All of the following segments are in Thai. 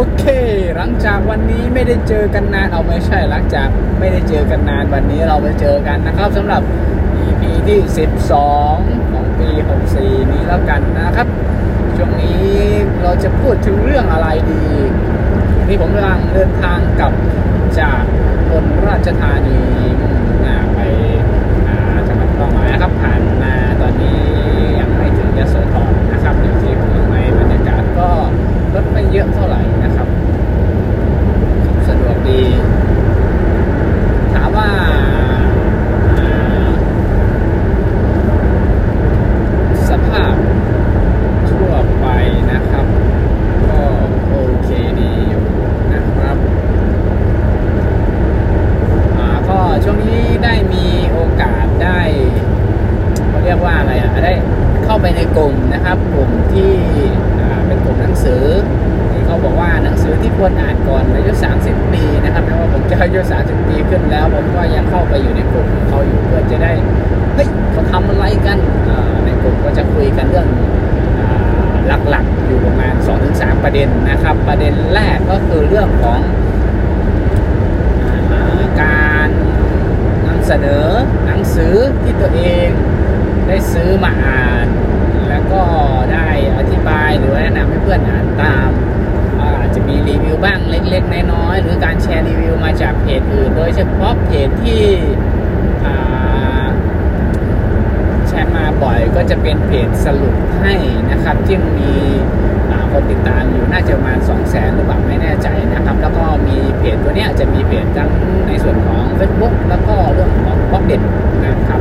เคหลังจากวันนี้ไม่ได้เจอกันนานเอาไม่ใช่หลังจากไม่ได้เจอกันนานวันนี้เราไปเจอกันนะครับสำหรับ EP ที่12ของปี64นี้แล้วกันนะครับช่วงนี้เราจะพูดถึงเรื่องอะไรดีนี่ผมกำลังเดินทางกลับจากอุบลราชธานีไปจังหวัดเป้าหมายนะครับผ่านมาตอนนี้ยังไม่ถึงยโสธรนะครับอยู่ที่เมืองในบรรยากาศก็รถไม่เยอะเท่าไหร่นะครับสะดวกดีถามว่าสภาพทั่วไปนะครับก็โอเคดีอยู่นะครับก็ช่วงนี้ได้มีโอกาสได้เขาเรียกว่าอะไรได้เข้าไปในกลุ่มนะครับกลุ่มที่เป็นกลุ่มหนังสือที่เขาบอกว่าหนังสือที่ควรอ่านก่อนอายุ30 ปีนะครับแม้ว่าผมจะอายุ30 ปีขึ้นแล้วผมก็ยังเข้าไปอยู่ในกลุ่มเขาอยู่เพื่อจะได้เฮ้ยเขาทำอะไรกันในกลุ่มก็จะคุยกันเรื่องหลักๆอยู่ประมาณ 2-3 ประเด็นนะครับประเด็นแรกก็คือเรื่องของการนำเสนอหนังสือที่ตัวเองได้ซื้อมาอ่านแล้วก็ได้อธิบายหรือแนะนำให้เพื่อนอ่านตามอาจจะมีรีวิวบ้างเล็กๆน้อยๆหรือการแชร์รีวิวมาจากเพจอื่นโดยเฉพาะเพจที่แชร์มาบ่อยก็จะเป็นเพจสรุปให้นะครับที่มีคนติดตามอยู่น่าจะประมาณ 200,000 หรือเปล่าไม่แน่ใจนะครับแล้วก็มีเพจตัวนี้จะมีเพจทั้งในส่วนของ Facebook แล้วก็เรื่องของบล็อกเด็ดนะครับ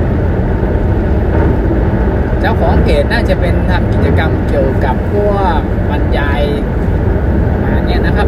เจ้าของเพจน่าจะเป็นทำกิจกรรมเกี่ยวกับพวกบรรยายมาเนี่ยนะครับ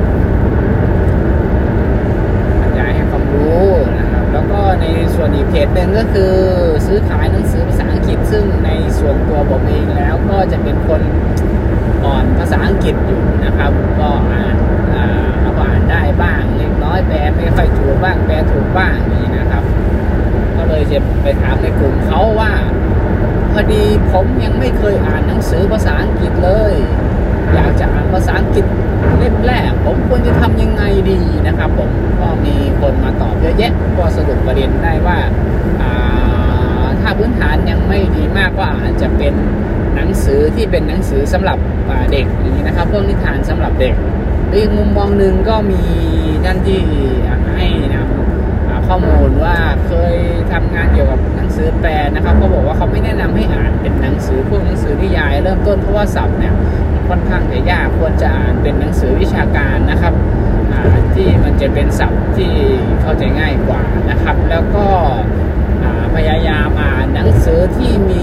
บรรยายให้ความรู้นะครับแล้วก็ในส่วนอีกเพจหนึ่งก็คือซื้อขายหนังสือภาษาอังกฤษซึ่งในส่วนตัวผมเองแล้วก็จะเป็นคนอ่อนภาษาอังกฤษอยู่นะครับก็อ่านได้บ้างเล็กน้อยแปลไม่ค่อยถูกบ้างแปลถูกบ้างนี่นะครับก็เลยจะไปถามในกลุ่มเขาว่าพอดีผมยังไม่เคยอ่านหนังสือภาษาอังกฤษเลยอยากจะอ่านภาษาอังกฤษเล่มแรกผมควรจะทำยังไงดีนะครับผมก็มีคนมาตอบเยอะแยะก็สรุปประเด็นได้ว่าถ้าพื้นฐานยังไม่ดีมากก็อาจจะเป็นหนังสือที่เป็นหนังสือสำหรับเด็กอย่างนี้นะครับพวกนิทานสำหรับเด็กอีกมุมมองหนึ่งก็มีท่านที่ให้นำข้อมูลว่าเคยทำงานเกี่ยวกับหนังสือแปลนะครับเขาบอกว่าเขาไม่แนะนำให้อ่านเป็นหนังสือพวกหนังสือนิยายเริ่มต้นเพราะว่าศัพท์เนี่ยค่อนข้างจะยากควรจะอ่านเป็นหนังสือวิชาการนะครับที่มันจะเป็นศัพท์ที่เข้าใจง่ายกว่านะครับแล้วก็พยายามอ่านหนังสือที่มี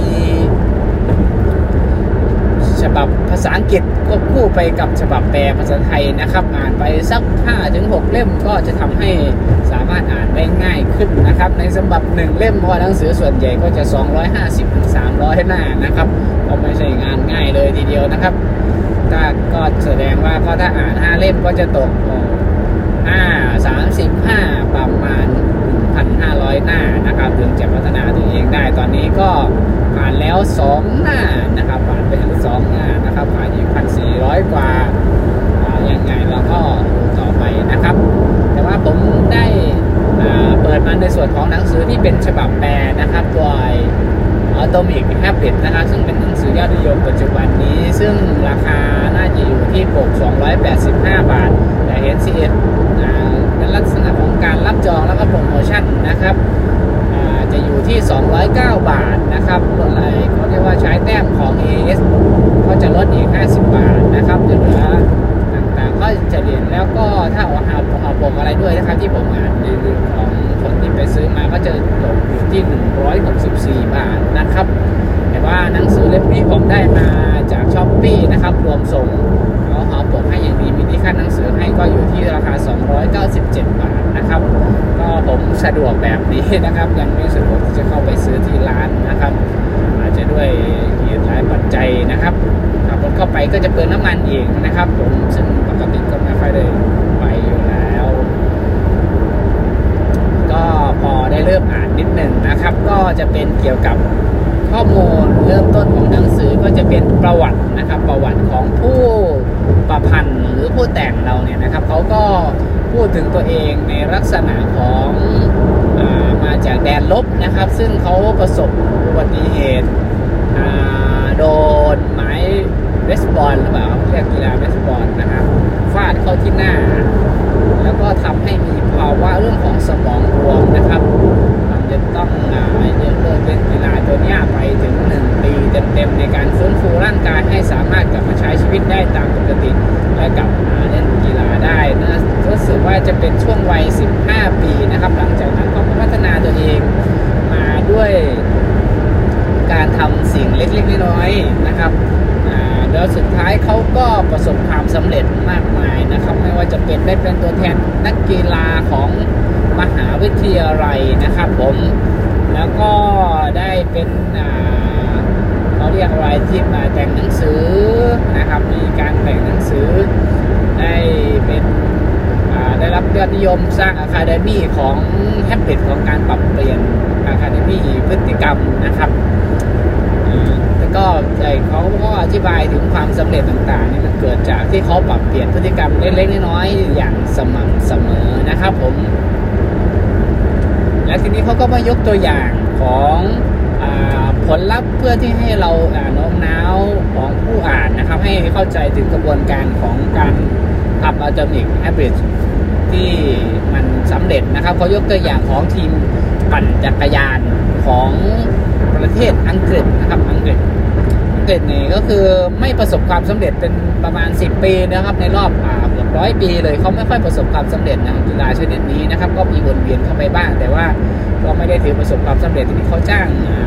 ฉบับภาษาอังกฤษควบคู่ไปกับฉบับแปลภาษาไทยนะครับอ่านไปสัก 5-6 เล่มก็จะทำให้สามารถอ่านได้ง่ายขึ้นนะครับในฉบับ1 เล่มเพราะหนังสือส่วนใหญ่ก็จะ 250-300 หน้านะครับก็ไม่ใช่งานง่ายเลยทีเดียวนะครับก็แสดงว่าถ้าอ่าน5 เล่มก็จะตก35ประมาณ 1,500 หน้านะครับถึงจะพัฒนาตัวเองได้ตอนนี้ก็ผ่านแล้ว2 หน้านะครับผ่านไปถึง2 หน้านะครับผ่านอีก 1,400 กว่ายังไงเราก็ต่อไปนะครับแต่ว่าผมได้เปิดมาในส่วนของหนังสือที่เป็นฉบับแปลนะครับตัวAtomic Habits นะครับซึ่งเป็นหนังสือยอดนิยมปัจจุบันนี้ซึ่งราคาน่าจะอยู่ที่ปก285 บาทแต่เห็นซีเป็นลักษณะของการรับจองแล้วก็โปรโมชั่นนะครับจะอยู่ที่209 บาทนะครับอะไรเขาเรียกว่าใช้แต้มของ AS ก็จะลดอีก50 บาทนะครับเหลือต่างๆก็จะเรียนแล้วก็ถ้าเอาปกอะไรด้วยนะครับที่ผมอ่านรีวิวของคนที่ไปซื้อมาก็จะตกอยู่ที่164 บาทนะครับแต่ว่าหนังสือเล่มนี้ผมได้มาจาก Shopee นะครับรวมส่งเขาห่อปกให้อย่างดีมีที่ขั้นหนังสือให้ก็อยู่ที่ราคา297 บาทนะครับก็ผมสะดวกแบบนี้นะครับยังไม่สะดวกที่จะเข้าไปซื้อที่ร้านนะครับอาจจะด้วยเหตุหลายปัจจัยนะครับขับรถเข้าไปก็จะเปลืองน้ำมันเองนะครับผมซึ่งปกติก็ไม่ค่อยได้ไปอยู่แล้วก็พอได้เริ่มอ่านนิดหนึ่งนะครับก็จะเป็นเกี่ยวกับขข้อมูลเริ่มต้นของหนังสือก็จะเป็นประวัตินะครับประวัติของผู้ประพันธ์หรือผู้แต่งเราเนี่ยนะครับเขาก็พูดถึงตัวเองในลักษณะของมาจากแดนลบนะครับซึ่งเขาประสบอุบัติเหตุโดนไม้เบสบอลหรือเปล่าเรียกกีฬาเบสบอลนะครับฟาดเข้าที่หน้าแล้วก็ทำให้มีภาวะเรื่องของสมองบวมนะครับมันจะต้องเลิกเล่นกีฬาตัวนี้ไปถึง1 ปีเต็มๆในการฟื้นฟูร่างกายให้สามารถกลับมาใช้ชีวิตได้ตามปกติและกลับมาเล่นกีฬาได้นะรู้สึกว่าจะเป็นช่วงวัย15 ปีนะครับหลังจากนั้นเขาก็พัฒนาตัวเองมาด้วยการทำสิ่งเล็กๆน้อยๆนะครับแล้วสุดท้ายเขาก็ประสบความสำเร็จมากมายนะครับไม่ว่าจะเป็นได้เป็นตัวแทนนักกีฬาของมหาวิทยาลัยนะครับผมแล้วก็ได้เป็นเขาเรียกอะไรที่มาแต่งหนังสือนะครับมีการแต่งหนังสือได้เป็นได้รับยอดนิยมสร้างอะคาเดมี่ของแฮปปิตของการปรับเปลี่ยนอะคาเดมี่พฤติกรรมนะครับแล้วก็เขาก็อธิบายถึงความสำเร็จต่างๆนี่มันเกิดจากที่เขาปรับเปลี่ยนพฤติกรรมเล็กๆน้อยๆอย่างสม่ำเสมอนะครับผมและทีนี้เขาก็มายกตัวอย่างของผลลัพธ์เพื่อที่ให้เราโน้มน้าวของผู้อ่านนะครับให้เข้าใจถึงกระบวนการของการทำ Atomic Habits ที่มันสำเร็จนะครับเขายกตัวอย่างของทีมปั่นจักรยานของประเทศอังกฤษนะครับอังกฤษเนี่ยก็คือไม่ประสบความสำเร็จเป็นประมาณ10 ปีนะครับในรอบเกือบ100 ปีเลยเขาไม่ค่อยประสบความสำเร็จนะกีฬาชนิดนี้นะครับก็มีวนเวียนเข้าไปบ้างแต่ว่าก็ไม่ได้ถือประสบความสำเร็จที่เขาจ้าง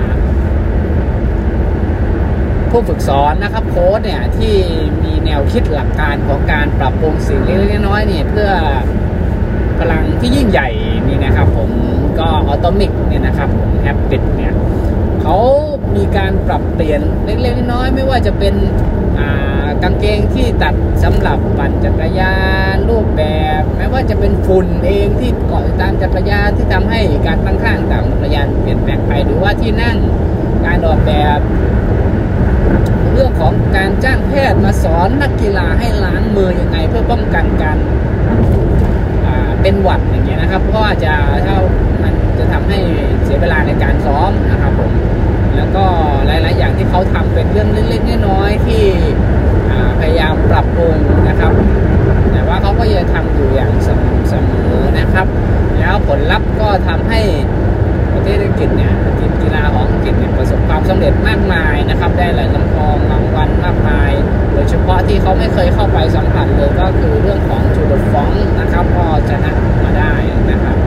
ผู้ฝึกสอนนะครับโค้ชเนี่ยที่มีแนวคิดหลักการของการปรับปรุงสิ่งเล็กๆน้อยๆนี่เพื่อพลังที่ยิ่งใหญ่นี่นะครับผมก็ออโตมิกเนี่ยนะครับผมแฮปปิตเนี่ยเขามีการปรับเปลี่ยนเล็กๆน้อยๆไม่ว่าจะเป็นกางเกงที่ตัดสำหรับปั่นจักรยานรูปแบบแม้ว่าจะเป็นฝุ่นเองที่เกาะตามจักรยานที่ทำให้การตั้งข้างต่างจักรยานเปลี่ยนแปลงไปหรือว่าที่นั่งการออกแบบเรื่องของการจ้างแพทย์มาสอนนักกีฬาให้ล้างมือยังไงเพื่อป้องกันการเป็นหวัดอย่างเงี้ยนะครับเพราะว่าถ้ามันจะทำให้เสียเวลาในการซ้อมนะครับผมแล้วก็หลายๆอย่างที่เขาทำเป็นเรื่องเล็กๆน้อยๆที่พยายามปรับปรุงนะครับแต่ว่าเขาก็ยังทำอยู่อย่างสม่ำเสมอนะครับแล้วผลลัพธ์ก็ทำให้ประเทศอังกฤษเนี่ยทีมกีฬาของอังกฤษเนี่ยประสบความสำเร็จมากมายนะครับได้หลายรางวัลมากมายโดยเฉพาะที่เขาไม่เคยเข้าไปสัมผัสเลยก็คือเรื่องของจูดฟองนะครับก็ชนะมาได้นะครับ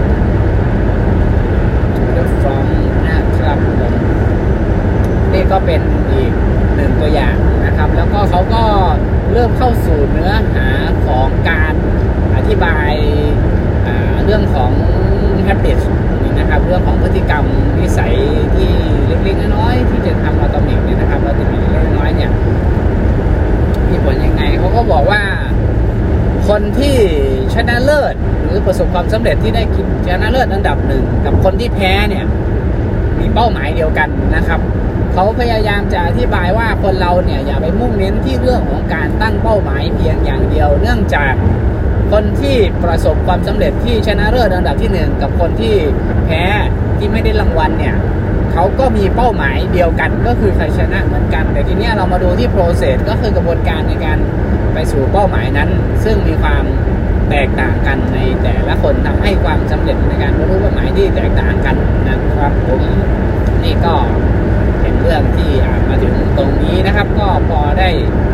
จูดฟองนะครับผมนี่ก็เป็นอีก1 ตัวอย่างนะครับแล้วก็เขาก็เริ่มเข้าสู่เนื้อหาของการอธิบายเรื่องของ habits นี่นะครับเรื่องของพฤติกรรมนิสัยที่เล็กๆน้อยๆที่จะทำอัตโนมัติเนี่ยนะครับเราจะมีเล็กๆน้อยๆเนี่ยมีผลยังไงเขาก็บอกว่าคนที่ชนะเลิศหรือประสบความสำเร็จที่ได้ชนะเลิศอันดับ1กับคนที่แพ้เนี่ยมีเป้าหมายเดียวกันนะครับเขาพยายามจะอธิบายว่าคนเราเนี่ยอย่าไปมุ่งเน้นที่เรื่องของการตั้งเป้าหมายเพียงอย่างเดียวเนื่องจากคนที่ประสบความสำเร็จที่ชนะเลิศอันดับที่1กับคนที่แพ้ที่ไม่ได้รางวัลเนี่ยเขาก็มีเป้าหมายเดียวกันก็คือใครชนะเหมือนกันแต่ทีนี้เรามาดูที่ process ก็คือกระบวนการในการไปสู่เป้าหมายนั้นซึ่งมีความแตกต่างกันในแต่ละคนทำให้ความสำเร็จในการบรรลุเป้าหมายที่แตกต่างกันนะครับผมนี่ก็เป็นเรื่องที่มาถึงตรงนี้นะครับก็พอได้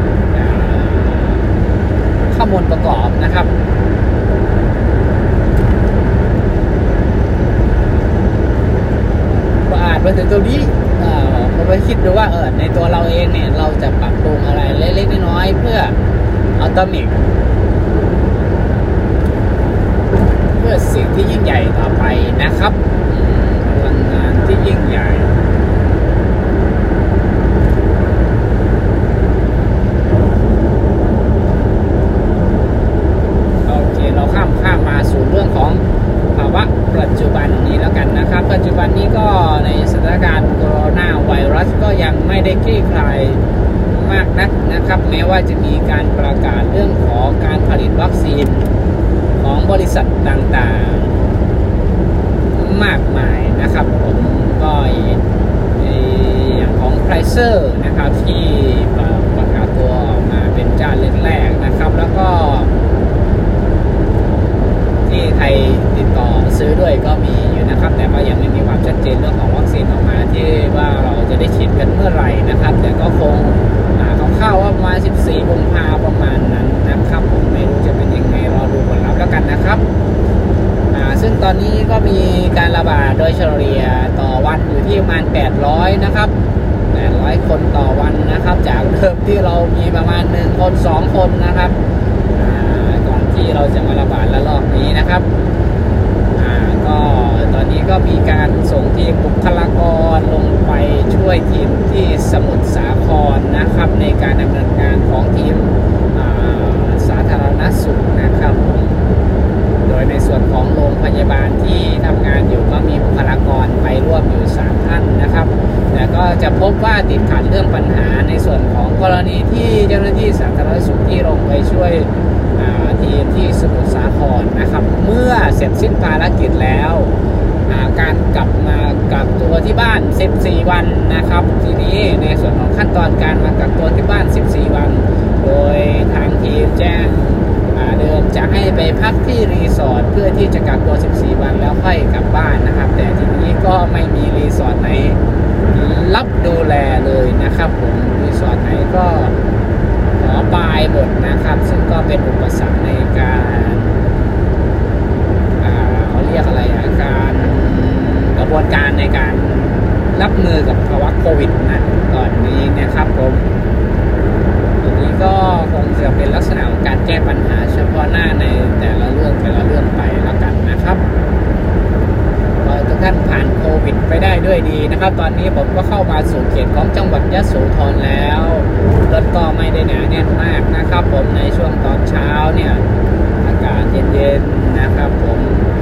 ข้อมูลประกอบนะครับอ่านมาถึงตรงนี้เราไปคิดดูว่าในตัวเราเองเนี่ยเราจะปรับปรุงอะไรเล็กๆน้อยๆเพื่ออัตโนมัติเพื่อสิ่งที่ยิ่งใหญ่ต่อไปนะครับพลังงานที่ยิ่งใหญ่เราข้ามมาสู่เรื่องของภาวะปัจจุบันนี้แล้วกันนะครับปัจจุบันนี้ก็ในสถานการณ์โคโรนาไวรัสก็ยังไม่ได้คลี่คลายมากนักนะครับแม้ว่าจะมีการประกาศเรื่องของการผลิตวัคซีนของบริษัทต่างๆมากมายนะครับผมก็อย่างของไพรเซอร์นะครับที่ประกาศตัวออกมาเป็นเจ้าแรกๆนะครับแล้วก็ที่ไทยติดต่อซื้อด้วยก็มีอยู่นะครับแต่ก็ยังไม่มีความชัดเจนเรื่องของวัคซีนออกมาที่ว่าเราจะได้ฉีดกันเมื่อไหร่นะครับแต่ก็คงคร่าวๆว่าประมาณ14 กุมภาพันธ์ประมาณนั้นนะครับผมไม่รู้จะเป็นยังไงรอดูผลลัพธ์แล้วกันนะครับซึ่งตอนนี้ก็มีการระบาดโดยเฉลี่ยต่อวันอยู่ที่ประมาณ800นะครับ800 คนต่อวันนะครับจากเดิมที่เรามีประมาณ1 คน 2 คนนะครับก่อนที่เราจะมาระบาดระลอกนี้นะครับก็ตอนนี้ก็มีการส่งทีมบุคลากรลงไปช่วยทีมที่สมุทรสาครนะครับในการดำเนินงานของทีมสาธารณสุขนะครับโดยในส่วนของโรงพยาบาลที่ทำงานอยู่ก็มีบุคลากรไปร่วมอยู่3 ท่านนะครับแต่ก็จะพบว่าติดขัดเรื่องปัญหาในส่วนของกรณีที่เจ้าหน้าที่สาธารณสุขที่ลงไปช่วยทีมที่สมุทรสาครนะครับเมื่อเสร็จสิ้นภารกิจแล้วการกลับมากักตัวที่บ้าน14 วันนะครับทีนี้ในส่วนของขั้นตอนการมากักตัวที่บ้าน14 วันโดยทางทีมแจ้งเดิมจะให้ไปพักที่รีสอร์ทเพื่อที่จะกักตัว14 วันแล้วค่อยกลับบ้านนะครับแต่ทีนี้ก็ไม่มีรีสอร์ทไหนรับดูแลเลยนะครับผมรีสอร์ทไหนก็ขอบายหมดนะครับซึ่งก็เป็นอุปสรรคในการเขาเรียกอะไรการกระบวนการในการรับมือกับภาวะโควิดนะตอนนี้นะครับผมทีนี้ก็คงจะเป็นลักษณะของการแก้ปัญหาเฉพาะหน้าในแต่ละเรื่องไปแล้วกันนะครับขอให้ทุกท่านผ่านโควิดไปได้ด้วยดีนะครับตอนนี้ผมก็เข้ามาสู่เขตของจังหวัดยโสธรแล้วรถก็ไม่ได้หนาแน่นมากนะครับผมในช่วงตอนเช้าเนี่ยอากาศเย็นๆนะครับผม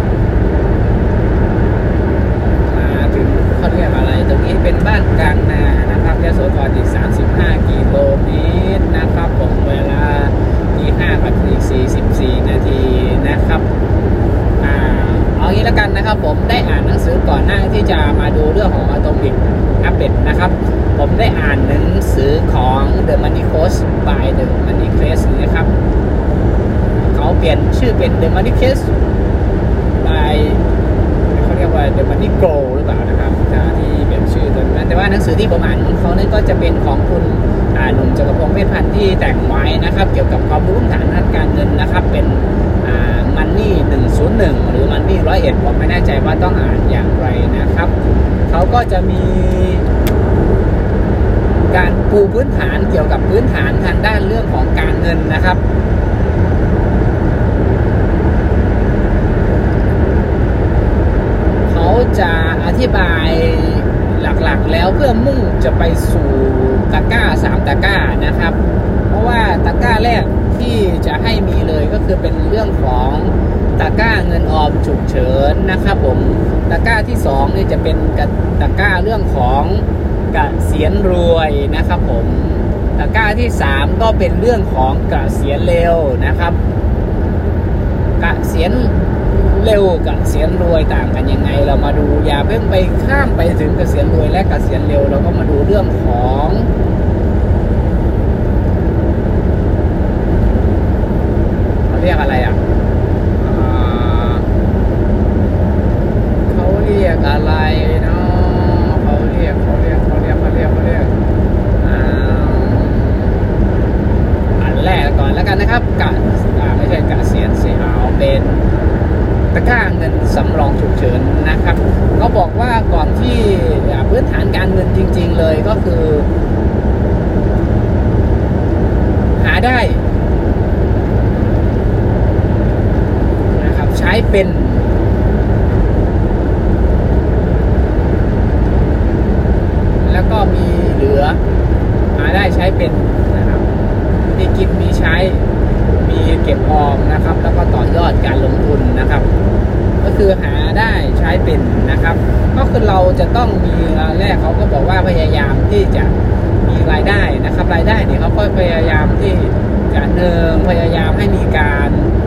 มาถึงเขาเรียกอะไรตรงนี้เป็นบ้านกลางนานะครับยโสธรอีก35 กิโลเมตรนะครับผมเวลาที่5 กับอีก44 นาทีนะครับเอางี้แล้วกันนะครับผมได้อ่านหนังสือก่อนหน้าที่จะมาดูเรื่องของ Atomic Habits นะครับผมได้อ่านหนังสือของ The Money Coach by The Money Coach นะครับเขาเปลี่ยนชื่อเป็น The Money Coach by เขาเรียกว่า The Money Grow หรือเปล่านะครับที่เปลี่ยนชื่อตัวนั้นแต่ว่าหนังสือที่ผมอ่านของเขาเนี่ยก็จะเป็นของคุณหนุ่มจักรพงศ์เวชพันธ์ที่แต่งไว้นะครับเกี่ยวกับความรู้พื้นฐานทางการเงินนะครับเป็นMoney 101หรือ Money 101ผมไม่แน่ใจว่าต้องอ่านอย่างไรนะครับเขาก็จะมีการปูพื้นฐานเกี่ยวกับพื้นฐานทางด้านเรื่องของการเงินนะครับเขาจะอธิบายหลักๆแล้วเพื่อมุ่งจะไปสู่ตะกร้า3 ตะกร้านะครับเพราะว่าตะกร้าแรกที่จะให้มีเลยก็คือเป็นเรื่องของตะกร้าเงินออมฉุกเฉินนะครับผมตะกร้าที่2นี่จะเป็นตะกร้าเรื่องของเกษียณรวยนะครับผมตะกร้าที่3ก็เป็นเรื่องของเกษียณเร็วนะครับเกษียณเร็วกับเกษียณรวยต่างกันยังไงเรามาดูอย่าเพิ่งไปข้ามไปถึงเกษียณรวยและเกษียณเร็วเราก็มาดูเรื่องของเรียกอะไรเขาเรียกอะไรเนาะเขาเรียกอันแรกก่อนแล้วกันนะครับไม่ใช่เกษียณสิเอาเป็นตะกร้าเงินสำรองฉุกเฉินนะครับเขาบอกว่าก่อนที่พื้นฐานการเงินจริงๆเลยก็คือหาได้ใช้เป็นแล้วก็มีเหลือหาได้ใช้เป็นนะครับมีกินมีใช้มีเก็บออมนะครับแล้วก็ต่อยอดการลงทุนนะครับก็คือหาได้ใช้เป็นนะครับก็คือเราจะต้องมีแรกเขาก็บอกว่าพยายามที่จะมีรายได้นะครับรายได้เนี่ยเขาก็พยายามที่จะพยายามให้มีการ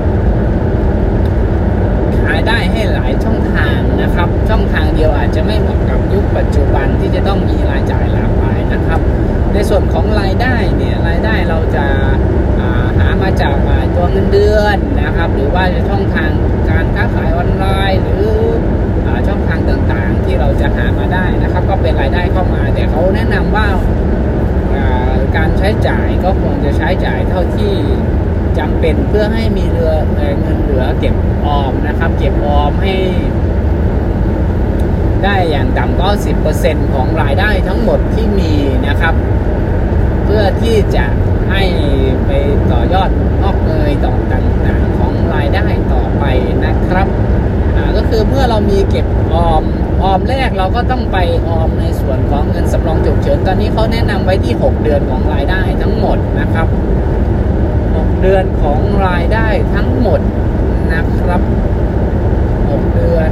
ขายได้ให้หลายช่องทางนะครับช่องทางเดียวอาจจะไม่เหมาะกับยุคปัจจุบันที่จะต้องมีรายจ่ายหลากหลายนะครับในส่วนของรายได้เนี่ยรายได้เราจะหามาจากตัวเงินเดือนนะครับหรือว่าช่องทางการค้าขายออนไลน์หรือช่องทางต่างๆที่เราจะหามาได้นะครับก็เป็นรายได้เข้ามาแต่เขาแนะนำว่าการใช้จ่ายก็ควรจะใช้จ่ายเท่าที่จำเป็นเพื่อให้มีเงินเหลือเก็บออมนะครับเก็บออมให้ได้อย่างต่ำก็ 10% ของรายได้ทั้งหมดที่มีนะครับเพื่อที่จะให้ไปต่อยอดงอกเงยต่างๆของรายได้ต่อไปนะครับก็คือเมื่อเรามีเก็บออมแรกเราก็ต้องไปออมในส่วนของเงินสำรองฉุกเฉินตอนนี้เขาแนะนำไว้ที่6เดือนของรายได้ทั้งหมดนะครับ6เดือนของรายได้ทั้งหมดนะครับ6เดือน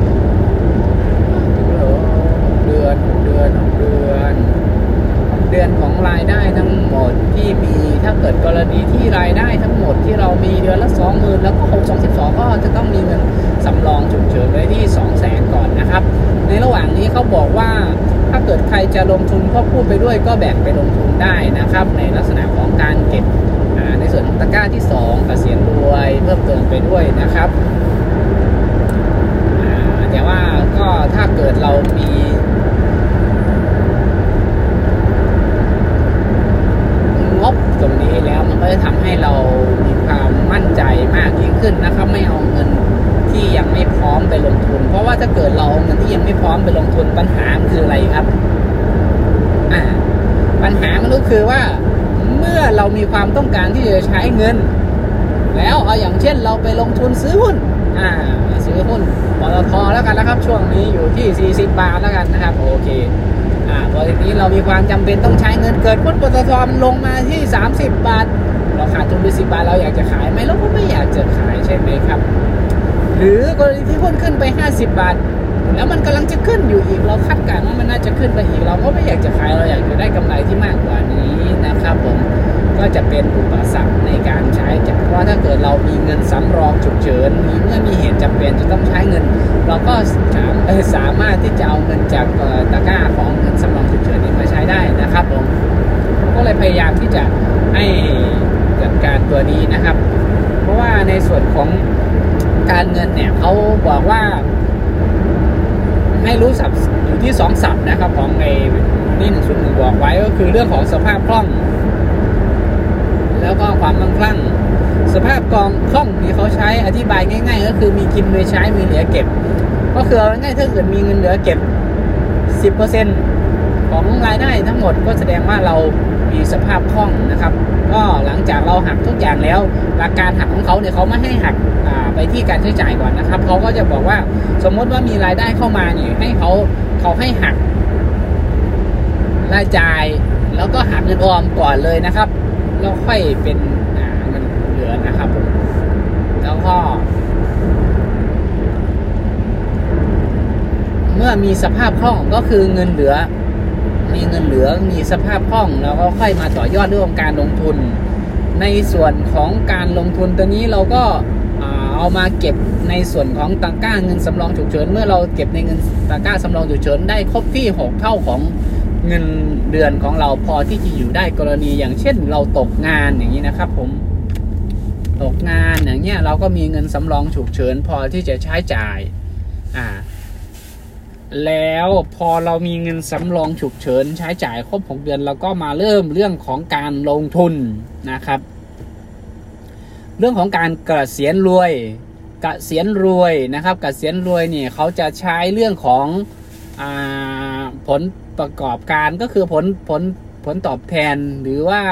ของรายได้ทั้งหมดที่มีถ้าเกิดกรณีที่รายได้ทั้งหมดที่เรามีเดือนละ 20,000 แล้วก็6 22ก็จะต้องมีเงินสำรองฉุกเฉินไว้ที่ 200,000 ก่อนนะครับในระหว่างนี้เขาบอกว่าถ้าเกิดใครจะลงทุนควบคู่ไปด้วยก็แบ่งไปลงทุนได้นะครับในลักษณะของการเก็บในส่วนของตะกร้าที่2เกษียณรวยเพิ่มเติมไปด้วยนะครับแต่ว่าก็ถ้าเกิดเรามีงบตรงนี้แล้วมันก็จะทำให้เรามีความมั่นใจมากยิ่งขึ้นนะครับไม่เอาเงินที่ยังไม่พร้อมไปลงทุนเพราะว่าถ้าเกิดเราเอาเงินที่ยังไม่พร้อมไปลงทุนปัญหาคืออะไรครับปัญหามันก็คือว่าเมื่อเรามีความต้องการที่จะใช้เงินแล้วเอาอย่างเช่นเราไปลงทุนซื้อหุ้นซื้อหุ้นปตท.แล้วกันนะครับช่วงนี้อยู่ที่40 บาทแล้วกันนะครับโอเคพอทีนี้เรามีความจำเป็นต้องใช้เงินเกิดหุ้นปตท.ลงมาที่30 บาทเราขาดทุนไป10 บาทเราอยากจะขายไหมเราก็ไม่อยากจะขายใช่ไหมครับหรือกรณีที่หุ้นขึ้นไป50 บาทแล้วมันกำลังจะขึ้นอยู่อีกเราคาดการณ์ว่ามันน่าจะขึ้นไปอีกเราก็ไม่อยากจะขายเราอยากจะได้กำไรที่มากกว่านี้นะครับผมก็จะเป็นอุปสรรคในการใช้เพราะถ้าเกิดเรามีเงินสำรองฉุกเฉินเมื่อมีเหตุจำเป็นจะต้องใช้เงินเราก็สามารถที่จะเอาเงินจากตะกร้าของเงินสำรองฉุกเฉินนี้มาใช้ได้นะครับผมก็เลยพยายามที่จะให้จัดการตัวนี้นะครับเพราะว่าในส่วนของการเงินเนี่ยเขาบอกว่าให้รู้ศัพท์อยู่ที่2 ศัพท์นะครับของในนี่101บอกไว้ก็คือเรื่องของสภาพคล่องแล้วก็ความมั่งคั่งสภาพคล่องที่เขาใช้อธิบายง่ายๆก็คือมีกินมีใช้มีเหลือเก็บก็คือง่ายๆถ้าเกิดมีเงินเหลือเก็บ 10% ของรายได้ทั้งหมดก็แสดงว่าเรามีสภาพคล่องนะครับก็หลังจากเราหักทุกอย่างแล้วหลักการหักของเขาเนี่ยเขาไม่ให้หักไปที่การใช้จ่ายก่อนนะครับเขาก็จะบอกว่าสมมติว่ามีรายได้เข้ามาเนี่ยให้เขาให้หักรายจ่ายแล้วก็หักเงินออมก่อนเลยนะครับแล้วค่อยเป็นเงินเหลือนะครับแล้วก็เมื่อมีสภาพคล่องก็คือเงินเหลือมีสภาพคล่องแล้วก็ค่อยมาต่อยอดเรื่องการลงทุนในส่วนของการลงทุนตัวนี้เราก็เอามาเก็บในส่วนของตะกร้าเงินสำรองฉุกเฉินเมื่อเราเก็บในเงินตะกร้าสำรองฉุกเฉินได้ครบที่6 เท่าของเงินเดือนของเราพอที่จะอยู่ได้กรณีอย่างเช่นเราตกงานอย่างนี้นะครับผมตกงานอย่างเงี้ยเราก็มีเงินสำรองฉุกเฉินพอที่จะใช้จ่ายแล้วพอเรามีเงินสำรองฉุกเฉินใช้จ่ายครบ6 เดือนเราก็มาเริ่มเรื่องของการลงทุนนะครับเรื่องของการเกษียณรวยนะครับเกษียณรวยเนี่ยเขาจะใช้เรื่องของผลประกอบการก็คือผลตอบแทนหรือว่า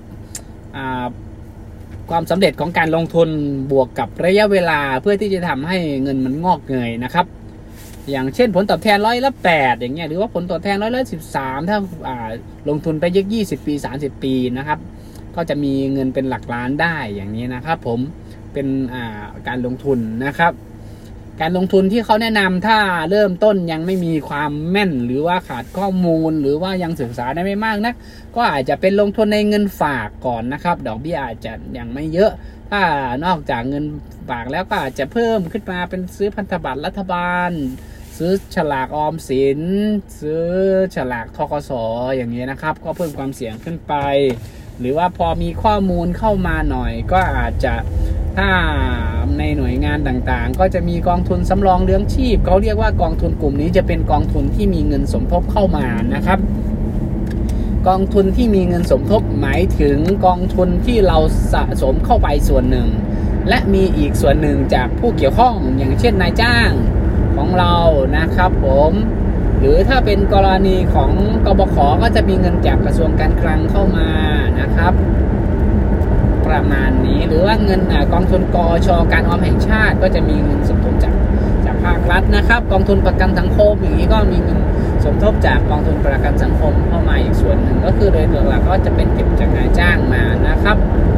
ความสำเร็จของการลงทุนบวกกับระยะเวลาเพื่อที่จะทำให้เงินมันงอกเงยนะครับอย่างเช่นผลตอบแทน8%อย่างเงี้ยหรือว่าผลตอบแทน13%ถ้าลงทุนไป20 ปี30 ปีนะครับก็จะมีเงินเป็นหลักล้านได้อย่างนี้นะครับผมเป็นการลงทุนนะครับการลงทุนที่เขาแนะนำถ้าเริ่มต้นยังไม่มีความแม่นหรือว่าขาดข้อมูลหรือว่ายังศึกษาได้ไม่มากนักก็อาจจะเป็นลงทุนในเงินฝากก่อนนะครับดอกเบี้ยอาจจะยังไม่เยอะถ้านอกจากเงินฝากแล้วก็อาจจะเพิ่มขึ้นมาเป็นซื้อพันธบัตรรัฐบาลซื้อฉลากออมสินซื้อฉลากธกส.อย่างนี้นะครับก็เพิ่มความเสี่ยงขึ้นไปหรือว่าพอมีข้อมูลเข้ามาหน่อยก็อาจจะถ้าในหน่วยงานต่างๆก็จะมีกองทุนสำรองเลี้ยงชีพเขาเรียกว่ากองทุนกลุ่มนี้จะเป็นกองทุนที่มีเงินสมทบเข้ามานะครับกองทุนที่มีเงินสมทบหมายถึงกองทุนที่เราสะสมเข้าไปส่วนหนึ่งและมีอีกส่วนหนึ่งจากผู้เกี่ยวข้องอย่างเช่นนายจ้างของเรานะครับผมหรือถ้าเป็นกรณีของกบข.ก็จะมีเงินจากกระทรวงการคลังเข้ามานะครับประมาณนี้หรือว่าเงินกองทุนกช.การออมแห่งชาติก็จะมีเงินสมทบจากภาครัฐนะครับกองทุนประกันสังคมอย่างนี้ก็มีเงินสมทบจากกองทุนประกันสังคมเข้ามาอีกส่วนหนึ่งก็คือโดยหลักก็จะเป็นเก็บจากนายจ้างมานะครับ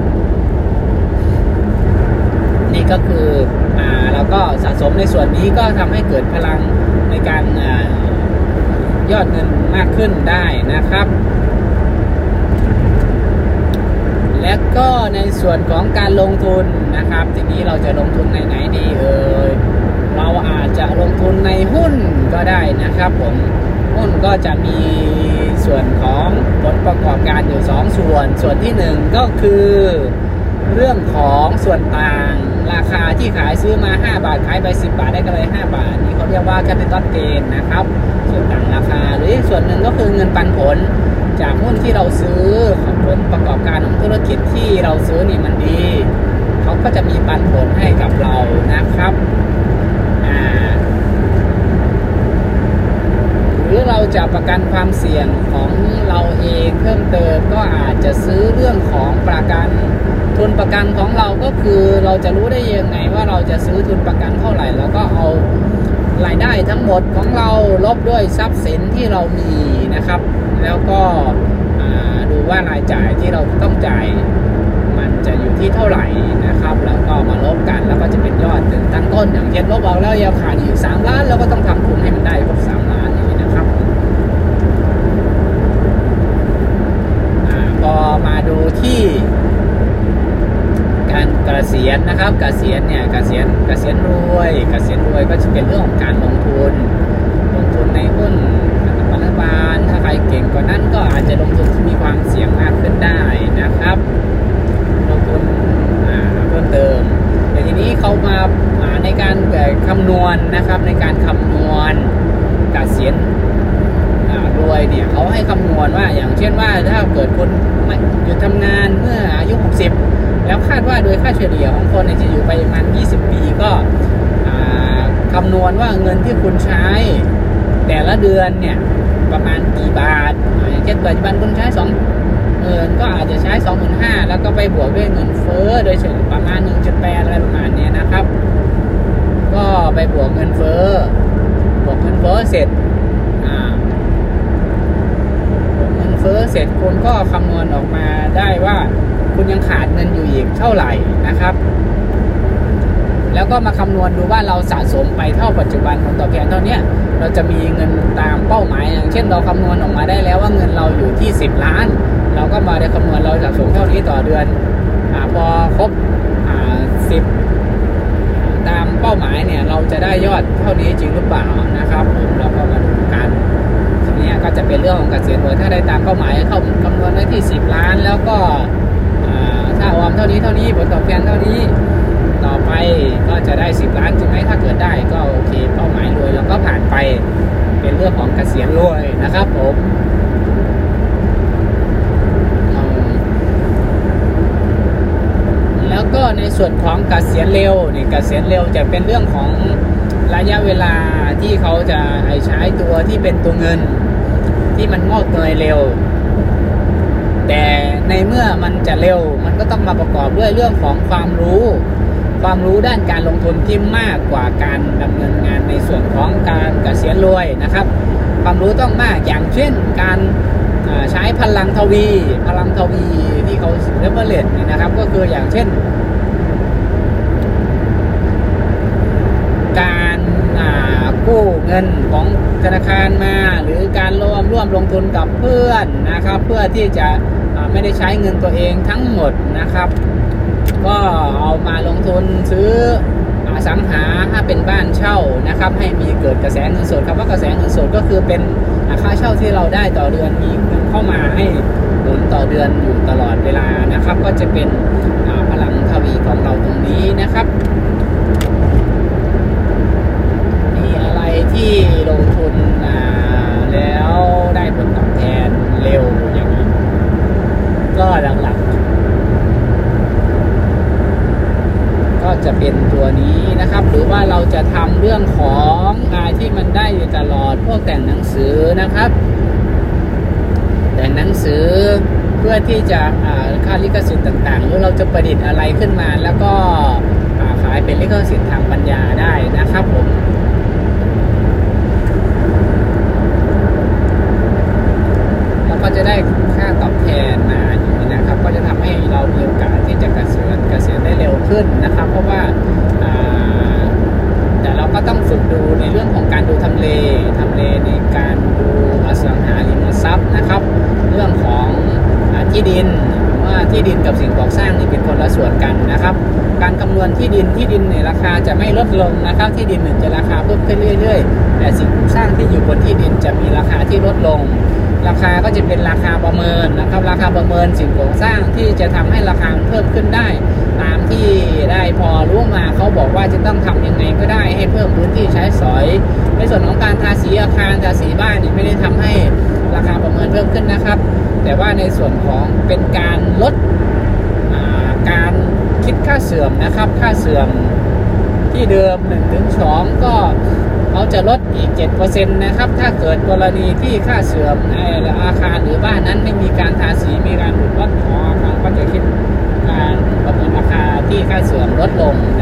นี่ก็คือแล้วก็สะสมในส่วนนี้ก็ทำให้เกิดพลังในการยอดเงินมากขึ้นได้นะครับและก็ในส่วนของการลงทุนนะครับทีนี้เราจะลงทุนในไหนดีเราอาจจะลงทุนในหุ้นก็ได้นะครับผมหุ้นก็จะมีส่วนของผลประกอบการอยู่2ส่วนที่1ก็คือเรื่องของส่วนต่างราคาที่ขายซื้อมา5 บาทขายไป10 บาทได้กำไร5 บาทนี่เขาเรียกว่า capital gain นะครับส่วนต่างราคาหรือส่วนหนึ่งก็คือเงินปันผลจากหุ้นที่เราซื้อผลประกอบการของธุรกิจที่เราซื้อนี่มันดีเขาก็จะมีปันผลให้กับเรานะครับหรือเราจะประกันความเสี่ยงของเราเองเพิ่มเติมก็อาจจะซื้อเรื่องของประกันทุนประกันของเราก็คือเราจะรู้ได้ยังไงว่าเราจะซื้อทุนประกันเท่าไหร่แล้วก็เอารายได้ทั้งหมดของเราลบด้วยทรัพย์สินที่เรามีนะครับแล้วก็ดูว่ารายจ่ายที่เราต้องจ่ายมันจะอยู่ที่เท่าไหร่นะครับแล้วก็มาลบกันแล้วก็จะเป็นยอดถึงตั้งต้นอย่างเช่นลบออกแล้วยังขาดอยู่3 ล้านแล้วก็ต้องทำทุนให้มันได้ครบ3 ล้านอย่างนี้นะครับพอมาดูที่การเกษียณนะครับเกษียณเนี่ยเกษียณรวยก็จะเป็นเรื่องของการลงทุนในหุ้นรัฐบาลถ้าใครเก่งกว่านั้นก็อาจจะลงทุนที่มีความเสี่ยงมากขึ้นได้นะครับลงทุนเพิ่มเติมแต่ทีนี้เขามาในการคำนวณนะครับในการคำนวณเกษียณรวยเนี่ยเขาให้คำนวณว่าอย่างเช่นว่าถ้าเกิดคนหยุดทำงานเมื่ออายุ60แล้วคาดว่าโดยค่าเฉลี่ยของคนจะอยู่ไปประมาณ20 ปีก็คำนวณว่าเงินที่คุณใช้แต่ละเดือนเนี่ยประมาณกี่บาทอย่างเช่นปัจจุบันคุณใช้20,000ก็อาจจะใช้ 25,000แล้วก็ไปบวกด้วยเงินเฟ้อโดยเฉลี่ยประมาณ 1.8 อะไรประมาณนี้นะครับก็ไปบวกเงินเฟ้อเสร็จเงินเฟ้อเสร็จคุณก็คำนวณออกมาได้ว่าคุณยังขาดเงินอยู่อีกเท่าไหร่นะครับแล้วก็มาคำนวณดูว่าเราสะสมไปเท่าปัจจุบันผลตอบแทนเท่านี้เราจะมีเงินตามเป้าหมายอย่างเช่นเราคำนวณออกมาได้แล้วว่าเงินเราอยู่ที่10 ล้านเราก็มาได้คำนวณเราสะสมเท่านี้ต่อเดือนพอครบ10ตามเป้าหมายเนี่ยเราจะได้ยอดเท่านี้จริงหรือเปล่านะครับเราก็มาดูกันทีนี้ก็จะเป็นเรื่องของเกษียณรวยถ้าได้ตามเป้าหมายเข้าคำนวณได้ที่10 ล้านแล้วก็ถ้าออมเท่านี้ผลตอบแทนเท่านี้ต่อไปก็จะได้10 ล้านใช่ไหมถ้าเกิดได้ก็โอเคเป้าหมายรวยเราก็ผ่านไปเป็นเรื่องของเกษียณรวยนะครับผมแล้วก็ในส่วนของเกษียณเร็วเนี่ยเกษียณเร็วจะเป็นเรื่องของระยะเวลาที่เขาจะใช้ตัวที่เป็นตัวเงินที่มันงอกเงยเร็วแต่ในเมื่อมันจะเร็วมันก็ต้องมาประกอบด้วยเรื่องของความรู้ด้านการลงทุนที่มากกว่าการดำเนินงานในส่วนของการเกษียณรวยนะครับความรู้ต้องมากอย่างเช่นการใช้พลังทวีที่เขาเรียกว่าเลทนี่นะครับก็คืออย่างเช่นการเงินของธนาคารมาหรือการร่วมลงทุนกับเพื่อนนะครับเพื่อที่จะไม่ได้ใช้เงินตัวเองทั้งหมดนะครับก็เอามาลงทุนซื้ออสังหาถ้าเป็นบ้านเช่านะครับให้มีเกิดกระแสเงินสดครับว่ากระแสเงินสดก็คือเป็นค่าเช่าที่เราได้ต่อเดือนมีเงินเข้ามาให้หมุนต่อเดือนอยู่ตลอดเวลานะครับก็จะเป็นพลังทวีของเราตรงนี้นะครับมีอะไรที่ลงทุนแล้วได้ผลตอบแทนเร็วอย่างนี้ก็หลักๆก็จะเป็นตัวนี้นะครับหรือว่าเราจะทำเรื่องของที่มันได้ตลอดพวกแต่งหนังสือนะครับแต่งหนังสือเพื่อที่จะค่าลิขสิทธิ์ต่างๆหรือเราจะประดิษฐ์อะไรขึ้นมาแล้วก็ขายเป็นลิขสิทธิ์ทางปัญญาได้นะครับผมแล้วก็จะได้ค่าตอบแทนมาอย่างนี้นะครับก็จะทำให้เรามีโอกาสที่จะเกษียณได้เร็วขึ้นนะครับเพราะว่าแต่เราก็ต้องฝึกดูในเรื่องของการดูทำเลในการดูอสังหาริมทรัพย์นะครับเรื่องของที่ดินว่าที่ดินกับสิ่งก่อสร้างนี่เป็นคนละส่วนกันนะครับการคำนวณที่ดินเนี่ยราคาจะไม่ลดลงนะครับที่ดินจะราคาเพิ่มขึ้นเรื่อยๆแต่สิ่งสร้างที่อยู่บนที่ดินจะมีราคาที่ลดลงราคาก็จะเป็นราคาประเมินนะครับราคาประเมินสิ่งก่อสร้างที่จะทำให้ราคาเพิ่มขึ้นได้ตามที่ได้พอรู้มาเขาบอกว่าจะต้องทำยังไงก็ได้ให้เพิ่มพื้นที่ใช้สอยในส่วนของการทาสีอาคารทาสีบ้านนี่ไม่ได้ทำให้ราคาประเมินเพิ่มขึ้นนะครับแต่ว่าในส่วนของเป็นการลดการคิดค่าเสื่อมนะครับค่าเสื่อมที่เดิม 1-2 ก็เขาจะลดอีก 7% นะครับถ้าเกิดกรณีที่ค่าเสื่อมอาคารหรือบ้านนั้นไม่มีการทาสีมีการบุบวัดของอาคารก็จะคิดการประเมินราคาที่ค่าเสื่อมลดลง